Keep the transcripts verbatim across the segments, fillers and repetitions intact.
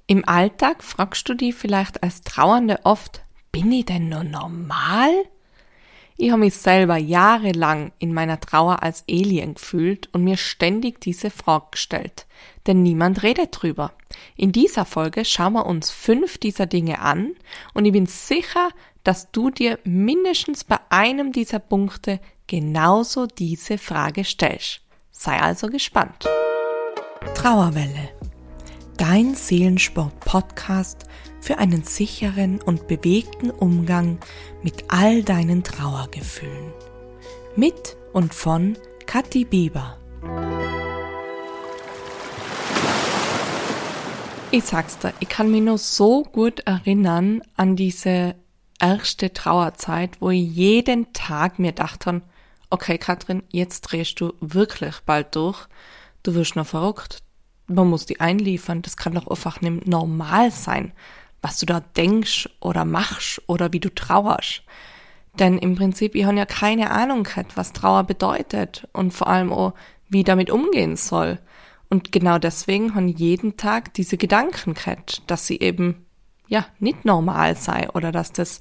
Im Alltag fragst du dich vielleicht als Trauernde oft, bin ich denn nur normal? Ich habe mich selber jahrelang in meiner Trauer als Alien gefühlt und mir ständig diese Frage gestellt. Denn niemand redet drüber. In dieser Folge schauen wir uns fünf dieser Dinge an und ich bin sicher, dass du dir mindestens bei einem dieser Punkte genauso diese Frage stellst. Sei also gespannt. Trauerwelle. Dein Seelensport-Podcast für einen sicheren und bewegten Umgang mit all deinen Trauergefühlen. Mit und von Kathi Bieber. Ich sag's dir, ich kann mich noch so gut erinnern an diese erste Trauerzeit, wo ich jeden Tag mir dachte, okay Katrin, jetzt drehst du wirklich bald durch, du wirst noch verrückt. Man muss die einliefern, das kann doch einfach nicht normal sein, was du da denkst oder machst oder wie du trauerst. Denn im Prinzip, ich habe ja keine Ahnung gehabt, was Trauer bedeutet und vor allem auch, wie ich damit umgehen soll. Und genau deswegen habe ich jeden Tag diese Gedanken gehabt, dass sie eben, ja, nicht normal sei oder dass das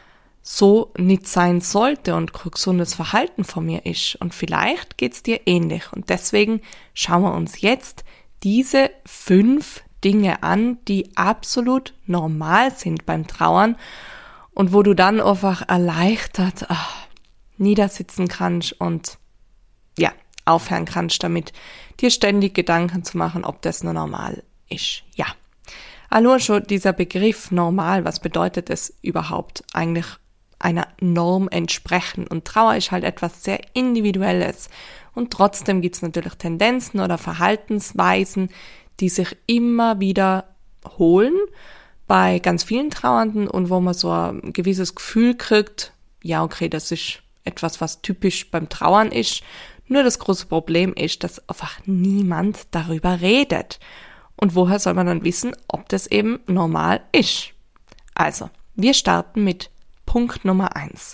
so nicht sein sollte und kein gesundes Verhalten von mir ist. Und vielleicht geht's dir ähnlich. Und deswegen schauen wir uns jetzt diese fünf Dinge an, die absolut normal sind beim Trauern und wo du dann einfach erleichtert ach, niedersitzen kannst und ja, aufhören kannst damit, dir ständig Gedanken zu machen, ob das nur normal ist. Ja, allein schon dieser Begriff normal, was bedeutet es überhaupt eigentlich einer Norm entsprechen? Und Trauer ist halt etwas sehr Individuelles. Und trotzdem gibt es natürlich Tendenzen oder Verhaltensweisen, die sich immer wieder holen bei ganz vielen Trauernden und wo man so ein gewisses Gefühl kriegt, ja okay, das ist etwas, was typisch beim Trauern ist. Nur das große Problem ist, dass einfach niemand darüber redet. Und woher soll man dann wissen, ob das eben normal ist? Also, wir starten mit Punkt Nummer eins.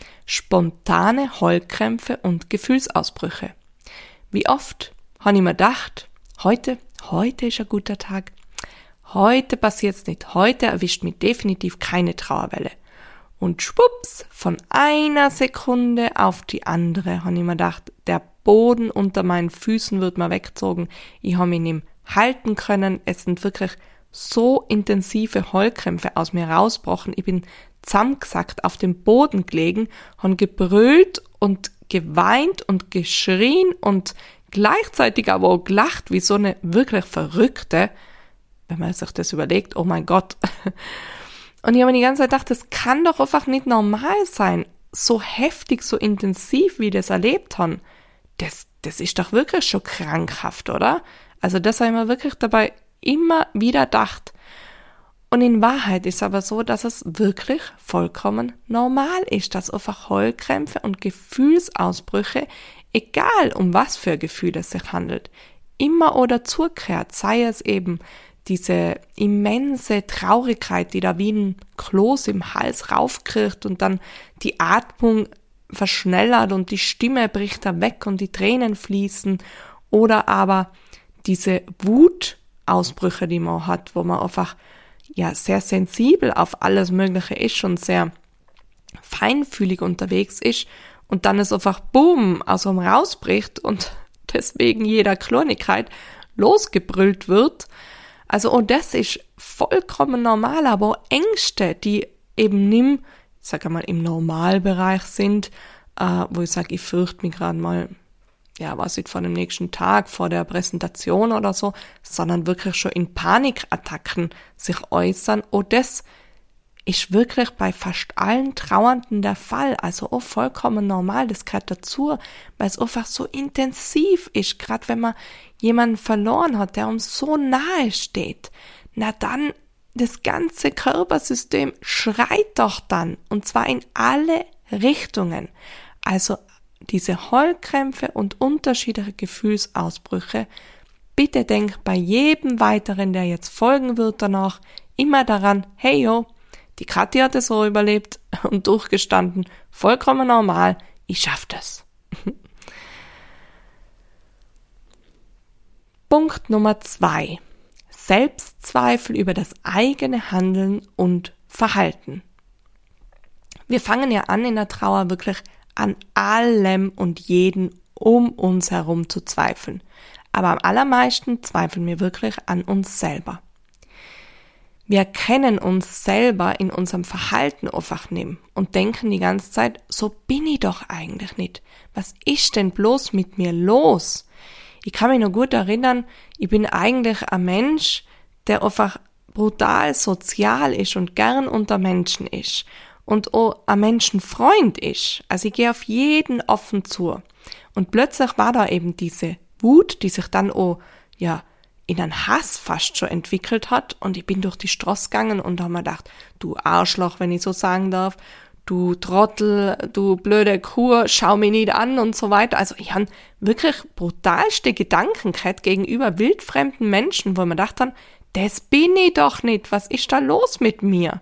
Spontane Heulkrämpfe und Gefühlsausbrüche. Wie oft habe ich mir gedacht, heute, heute ist ein guter Tag, heute passiert's nicht, heute erwischt mich definitiv keine Trauerwelle. Und schwupps, von einer Sekunde auf die andere habe ich mir gedacht, der Boden unter meinen Füßen wird mir weggezogen, ich habe mich nicht halten können, es sind wirklich so intensive Heulkrämpfe aus mir rausgebrochen, ich bin zusammengesackt auf dem Boden gelegen, habe gebrüllt und geweint und geschrien und gleichzeitig aber auch gelacht, wie so eine wirklich Verrückte, wenn man sich das überlegt, oh mein Gott. Und ich habe mir die ganze Zeit gedacht, das kann doch einfach nicht normal sein, so heftig, so intensiv, wie ich das erlebt habe. Das, das ist doch wirklich schon krankhaft, oder? Also das habe ich mir wirklich dabei immer wieder gedacht. Und in Wahrheit ist es aber so, dass es wirklich vollkommen normal ist, dass einfach Heulkrämpfe und Gefühlsausbrüche, egal um was für Gefühle es sich handelt, immer oder zurückkehrt, sei es eben diese immense Traurigkeit, die da wie ein Kloß im Hals raufkriegt und dann die Atmung verschnellert und die Stimme bricht da weg und die Tränen fließen, oder aber diese Wutausbrüche, die man hat, wo man einfach ja sehr sensibel auf alles Mögliche ist und sehr feinfühlig unterwegs ist und dann es einfach boom aus einem rausbricht und deswegen jeder Kleinigkeit losgebrüllt wird. Also und das ist vollkommen normal, aber auch Ängste, die eben nicht, ich sage mal, im Normalbereich sind, äh, wo ich sage, ich fürchte mich gerade mal, ja, was ich vor dem nächsten Tag, vor der Präsentation oder so, sondern wirklich schon in Panikattacken sich äußern. Und das ist wirklich bei fast allen Trauernden der Fall. Also auch vollkommen normal, das gehört dazu, weil es einfach so intensiv ist, gerade wenn man jemanden verloren hat, der uns so nahe steht. Na dann, das ganze Körpersystem schreit doch dann, und zwar in alle Richtungen. Also diese Heulkrämpfe und unterschiedliche Gefühlsausbrüche, bitte denk bei jedem weiteren, der jetzt folgen wird danach, immer daran, hey yo, die Kathi hat es so überlebt und durchgestanden, vollkommen normal, ich schaff das. Punkt Nummer zwei. Selbstzweifel über das eigene Handeln und Verhalten. Wir fangen ja an in der Trauer wirklich an allem und jeden um uns herum zu zweifeln. Aber am allermeisten zweifeln wir wirklich an uns selber. Wir erkennen uns selber in unserem Verhalten einfach nicht und denken die ganze Zeit, so bin ich doch eigentlich nicht. Was ist denn bloß mit mir los? Ich kann mich noch gut erinnern, ich bin eigentlich ein Mensch, der einfach brutal sozial ist und gern unter Menschen ist und auch ein Menschenfreund ist. Also ich gehe auf jeden offen zu. Und plötzlich war da eben diese Wut, die sich dann auch, ja, in einen Hass fast schon entwickelt hat, und ich bin durch die Straße gegangen und habe mir gedacht, du Arschloch, wenn ich so sagen darf, du Trottel, du blöde Kuh, schau mich nicht an und so weiter. Also ich habe wirklich brutalste Gedanken gehabt gegenüber wildfremden Menschen, wo ich mir gedacht habe, das bin ich doch nicht, was ist da los mit mir?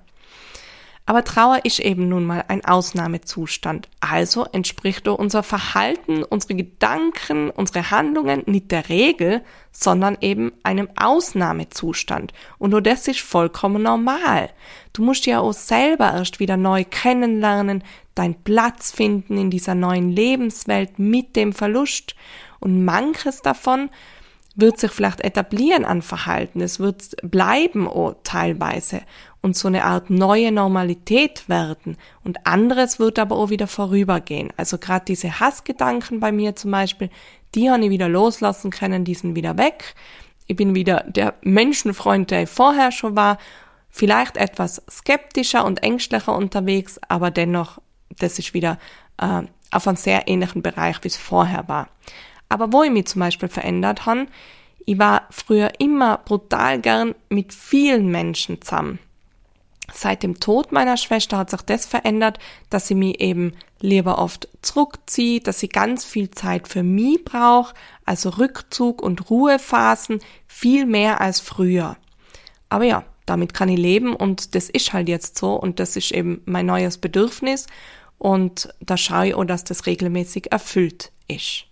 Aber Trauer ist eben nun mal ein Ausnahmezustand. Also entspricht doch unser Verhalten, unsere Gedanken, unsere Handlungen nicht der Regel, sondern eben einem Ausnahmezustand. Und nur das ist vollkommen normal. Du musst ja auch selber erst wieder neu kennenlernen, deinen Platz finden in dieser neuen Lebenswelt mit dem Verlust. Und manches davon wird sich vielleicht etablieren an Verhalten, es wird bleiben auch teilweise und so eine Art neue Normalität werden, und anderes wird aber auch wieder vorübergehen. Also gerade diese Hassgedanken bei mir zum Beispiel, die habe ich wieder loslassen können, die sind wieder weg. Ich bin wieder der Menschenfreund, der ich vorher schon war, vielleicht etwas skeptischer und ängstlicher unterwegs, aber dennoch, das ist wieder äh, auf einem sehr ähnlichen Bereich, wie es vorher war. Aber wo ich mich zum Beispiel verändert habe, ich war früher immer brutal gern mit vielen Menschen zusammen. Seit dem Tod meiner Schwester hat sich das verändert, dass sie mich eben lieber oft zurückziehe, dass sie ganz viel Zeit für mich brauche, also Rückzug und Ruhephasen, viel mehr als früher. Aber ja, damit kann ich leben und das ist halt jetzt so und das ist eben mein neues Bedürfnis und da schaue ich auch, dass das regelmäßig erfüllt ist.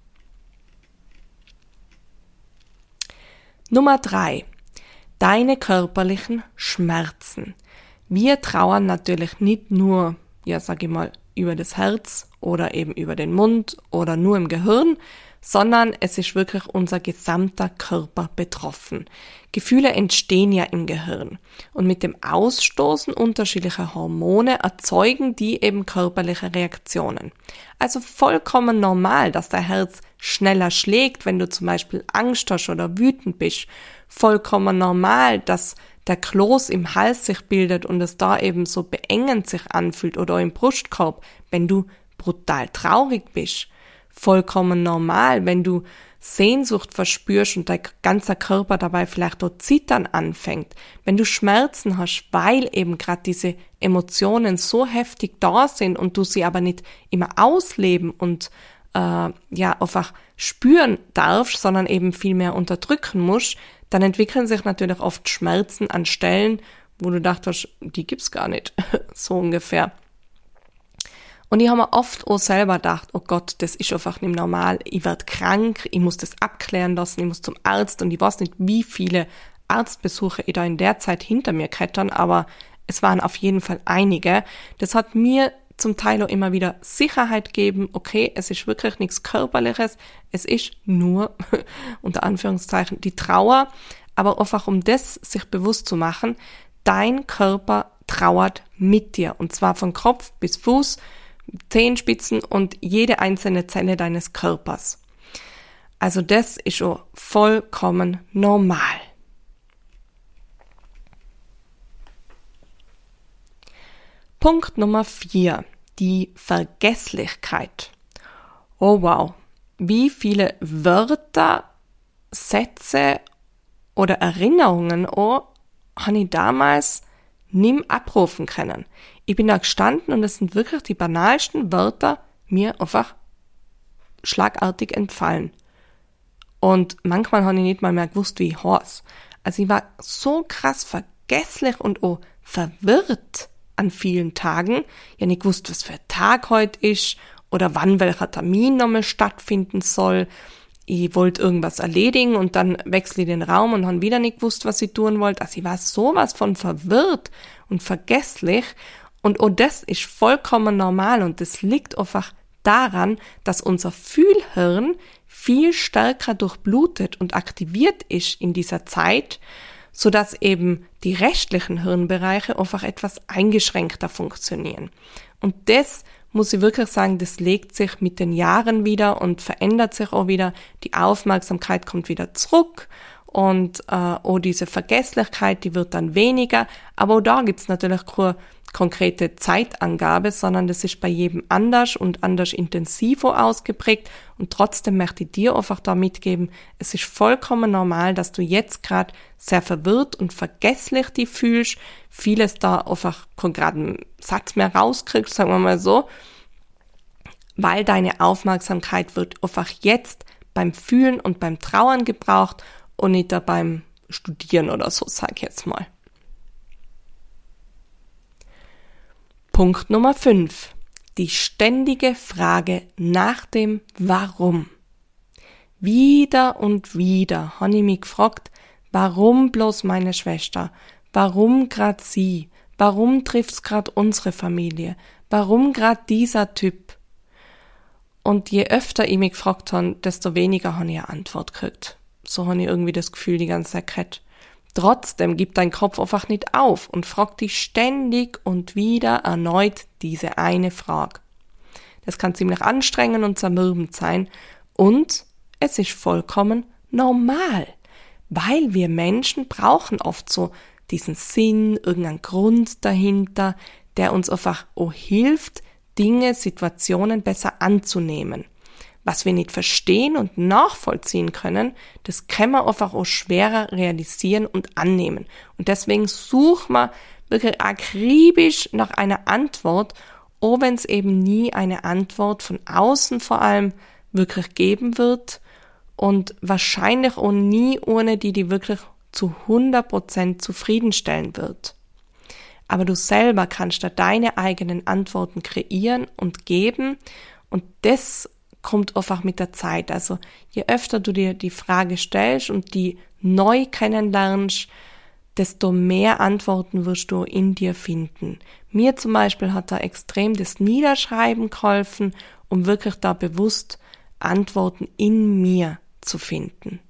Nummer drei. Deine körperlichen Schmerzen. Wir trauern natürlich nicht nur, ja, sag ich mal, über das Herz oder eben über den Mund oder nur im Gehirn, sondern es ist wirklich unser gesamter Körper betroffen. Gefühle entstehen ja im Gehirn und mit dem Ausstoßen unterschiedlicher Hormone erzeugen die eben körperliche Reaktionen. Also vollkommen normal, dass dein Herz schneller schlägt, wenn du zum Beispiel Angst hast oder wütend bist. Vollkommen normal, dass der Kloß im Hals sich bildet und es da eben so beengend sich anfühlt oder im Brustkorb, wenn du brutal traurig bist. Vollkommen normal, wenn du Sehnsucht verspürst und dein ganzer Körper dabei vielleicht dort zittern anfängt. Wenn du Schmerzen hast, weil eben gerade diese Emotionen so heftig da sind und du sie aber nicht immer ausleben und äh, ja einfach spüren darfst, sondern eben viel mehr unterdrücken musst, dann entwickeln sich natürlich oft Schmerzen an Stellen, wo du dachtest, die gibt's gar nicht, so ungefähr. Und ich habe mir oft auch selber gedacht, oh Gott, das ist einfach nicht normal, ich werde krank, ich muss das abklären lassen, ich muss zum Arzt und ich weiß nicht, wie viele Arztbesuche ich da in der Zeit hinter mir klettern, aber es waren auf jeden Fall einige. Das hat mir zum Teil auch immer wieder Sicherheit gegeben, okay, es ist wirklich nichts Körperliches, es ist nur, unter Anführungszeichen, die Trauer, aber einfach um das sich bewusst zu machen, dein Körper trauert mit dir und zwar von Kopf bis Fuß, Zehenspitzen und jede einzelne Zelle deines Körpers. Also das ist schon vollkommen normal. Punkt Nummer vier, die Vergesslichkeit. Oh wow, wie viele Wörter, Sätze oder Erinnerungen oh, habe ich damals nimm abrufen können. Ich bin da gestanden und es sind wirklich die banalsten Wörter mir einfach schlagartig entfallen. Und manchmal habe ich nicht mal mehr gewusst, wie ich heiße. Also ich war so krass vergesslich und auch verwirrt an vielen Tagen. Ich habe nicht gewusst, was für ein Tag heute ist oder wann welcher Termin nochmal stattfinden soll. ich wollte irgendwas erledigen und dann wechsle ich den Raum und habe wieder nicht gewusst, was ich tun wollte. Also ich war sowas von verwirrt und vergesslich und auch das ist vollkommen normal und das liegt einfach daran, dass unser Fühlhirn viel stärker durchblutet und aktiviert ist in dieser Zeit, sodass eben die restlichen Hirnbereiche einfach etwas eingeschränkter funktionieren. Und das muss ich wirklich sagen, das legt sich mit den Jahren wieder und verändert sich auch wieder. Die Aufmerksamkeit kommt wieder zurück und äh, auch diese Vergesslichkeit, die wird dann weniger. Aber auch da gibt's natürlich keine konkrete Zeitangabe, sondern das ist bei jedem anders und anders intensiver ausgeprägt. Und trotzdem möchte ich dir einfach da mitgeben, es ist vollkommen normal, dass du jetzt gerade sehr verwirrt und vergesslich dich fühlst, vieles da einfach gerade einen Satz mehr rauskriegst, sagen wir mal so, weil deine Aufmerksamkeit wird einfach jetzt beim Fühlen und beim Trauern gebraucht und nicht da beim Studieren oder so, sag ich jetzt mal. Punkt Nummer fünf. Die ständige Frage nach dem Warum. Wieder und wieder habe ich mich gefragt, warum bloß meine Schwester? Warum grad sie? Warum trifft's grad unsere Familie? Warum grad dieser Typ? Und je öfter ich mich gefragt habe, desto weniger habe ich eine Antwort gekriegt. So habe ich irgendwie das Gefühl die ganze Zeit gehabt. Trotzdem gibt dein Kopf einfach nicht auf und fragt dich ständig und wieder erneut diese eine Frage. Das kann ziemlich anstrengend und zermürbend sein und es ist vollkommen normal, weil wir Menschen brauchen oft so diesen Sinn, irgendeinen Grund dahinter, der uns einfach auch hilft, Dinge, Situationen besser anzunehmen. Was wir nicht verstehen und nachvollziehen können, das können wir einfach auch schwerer realisieren und annehmen. Und deswegen suchen wir wirklich akribisch nach einer Antwort, auch wenn es eben nie eine Antwort von außen vor allem wirklich geben wird und wahrscheinlich auch nie ohne die, die wirklich zu hundert Prozent zufriedenstellen wird. Aber du selber kannst da deine eigenen Antworten kreieren und geben und das kommt einfach mit der Zeit. Also je öfter du dir die Frage stellst und die neu kennenlernst, desto mehr Antworten wirst du in dir finden. Mir zum Beispiel hat da extrem das Niederschreiben geholfen, um wirklich da bewusst Antworten in mir zu finden.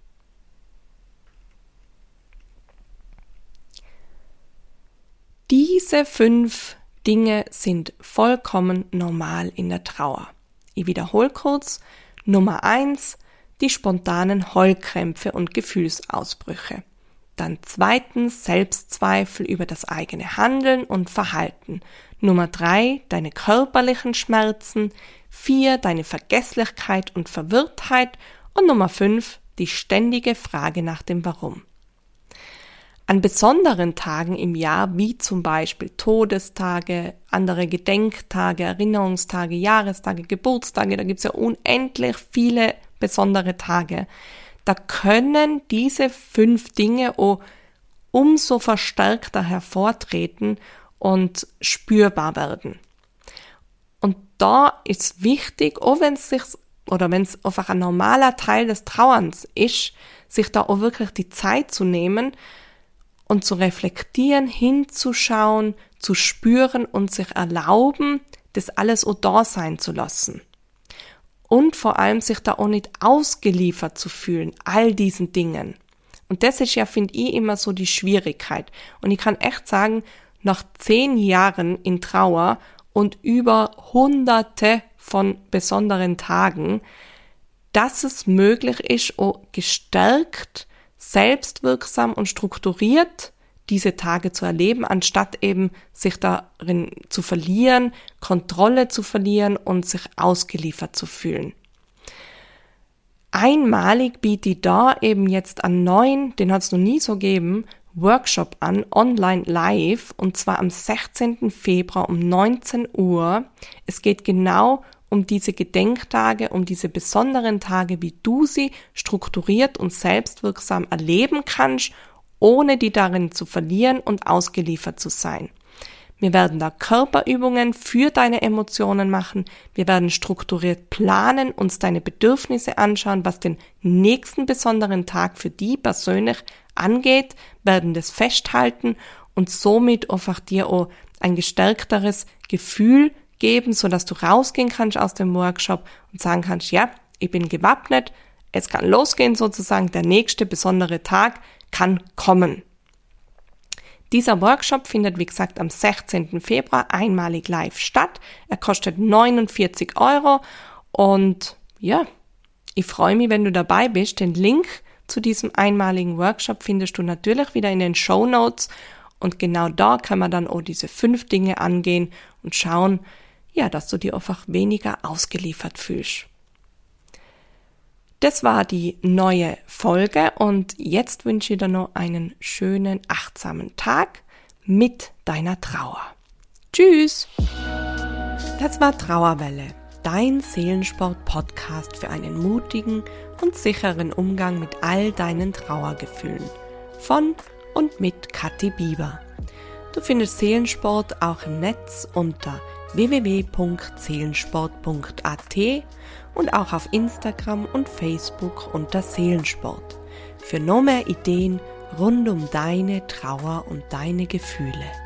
Diese fünf Dinge sind vollkommen normal in der Trauer. Ich wiederhole kurz. Nummer eins, die spontanen Heulkrämpfe und Gefühlsausbrüche. Dann zweitens, Selbstzweifel über das eigene Handeln und Verhalten. Nummer drei, deine körperlichen Schmerzen. Vier, deine Vergesslichkeit und Verwirrtheit. Und Nummer fünf, die ständige Frage nach dem Warum. An besonderen Tagen im Jahr, wie zum Beispiel Todestage, andere Gedenktage, Erinnerungstage, Jahrestage, Geburtstage, da gibt's ja unendlich viele besondere Tage, da können diese fünf Dinge auch umso verstärkter hervortreten und spürbar werden. Und da ist wichtig, auch wenn es sich oder wenn es einfach ein normaler Teil des Trauerns ist, sich da auch wirklich die Zeit zu nehmen und zu reflektieren, hinzuschauen, zu spüren und sich erlauben, das alles auch da sein zu lassen. Und vor allem sich da auch nicht ausgeliefert zu fühlen, all diesen Dingen. Und das ist ja, finde ich, immer so die Schwierigkeit. Und ich kann echt sagen, nach zehn Jahren in Trauer und über hunderte von besonderen Tagen, dass es möglich ist, auch gestärkt, selbstwirksam und strukturiert diese Tage zu erleben, anstatt eben sich darin zu verlieren, Kontrolle zu verlieren und sich ausgeliefert zu fühlen. Einmalig biete ich da eben jetzt einen neuen, den hat es noch nie so gegeben, Workshop an, online live, und zwar am sechzehnten Februar um neunzehn Uhr. Es geht genau um diese Gedenktage, um diese besonderen Tage, wie du sie strukturiert und selbstwirksam erleben kannst, ohne die darin zu verlieren und ausgeliefert zu sein. Wir werden da Körperübungen für deine Emotionen machen. Wir werden strukturiert planen, uns deine Bedürfnisse anschauen, was den nächsten besonderen Tag für dich persönlich angeht, werden das festhalten und somit einfach dir auch ein gestärkteres Gefühl geben, sodass du rausgehen kannst aus dem Workshop und sagen kannst, ja, ich bin gewappnet, es kann losgehen sozusagen, der nächste besondere Tag kann kommen. Dieser Workshop findet, wie gesagt, am sechzehnten Februar einmalig live statt. Er kostet neunundvierzig Euro und ja, ich freue mich, wenn du dabei bist. Den Link zu diesem einmaligen Workshop findest du natürlich wieder in den Shownotes und genau da kann man dann auch diese fünf Dinge angehen und schauen, ja, dass du dir einfach weniger ausgeliefert fühlst. Das war die neue Folge und jetzt wünsche ich dir noch einen schönen, achtsamen Tag mit deiner Trauer. Tschüss! Das war Trauerwelle, dein Seelensport-Podcast für einen mutigen und sicheren Umgang mit all deinen Trauergefühlen. Von und mit Kathi Bieber. Du findest Seelensport auch im Netz unter w w w punkt seelensport punkt a t und auch auf Instagram und Facebook unter Seelensport. Für noch mehr Ideen rund um deine Trauer und deine Gefühle.